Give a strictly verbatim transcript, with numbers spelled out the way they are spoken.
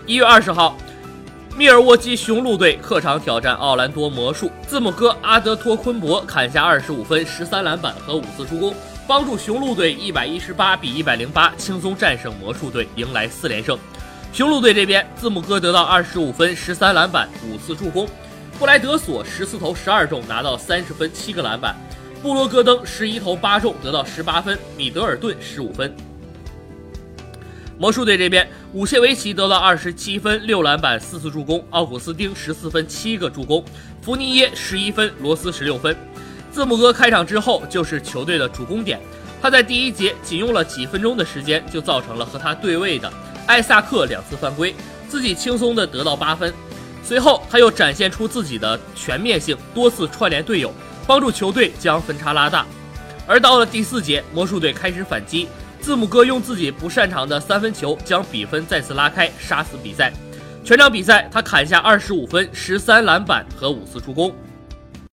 一月二十号，密尔沃基雄鹿队客场挑战奥兰多魔术，字母哥阿德托昆博砍下二十五分、十三篮板和五次助攻，帮助雄鹿队一百一十八比一百零八轻松战胜魔术队，迎来四连胜。雄鹿队这边，字母哥得到二十五分、十三篮板、五次助攻，布莱德索十四投十二中拿到三十分、七个篮板，布罗戈登十一投八中得到十八分，米德尔顿十五分。魔术队这边，武切维奇得到二十七分、六篮板、四次助攻，奥古斯丁十四分、七个助攻，福尼耶十一分，罗斯十六分。字母哥开场之后就是球队的主攻点，他在第一节仅用了几分钟的时间就造成了和他对位的艾萨克两次犯规，自己轻松的得到八分。随后他又展现出自己的全面性，多次串联队友，帮助球队将分差拉大。而到了第四节，魔术队开始反击，字母哥用自己不擅长的三分球将比分再次拉开，杀死比赛。全场比赛他砍下二十五分、十三篮板和五次助攻。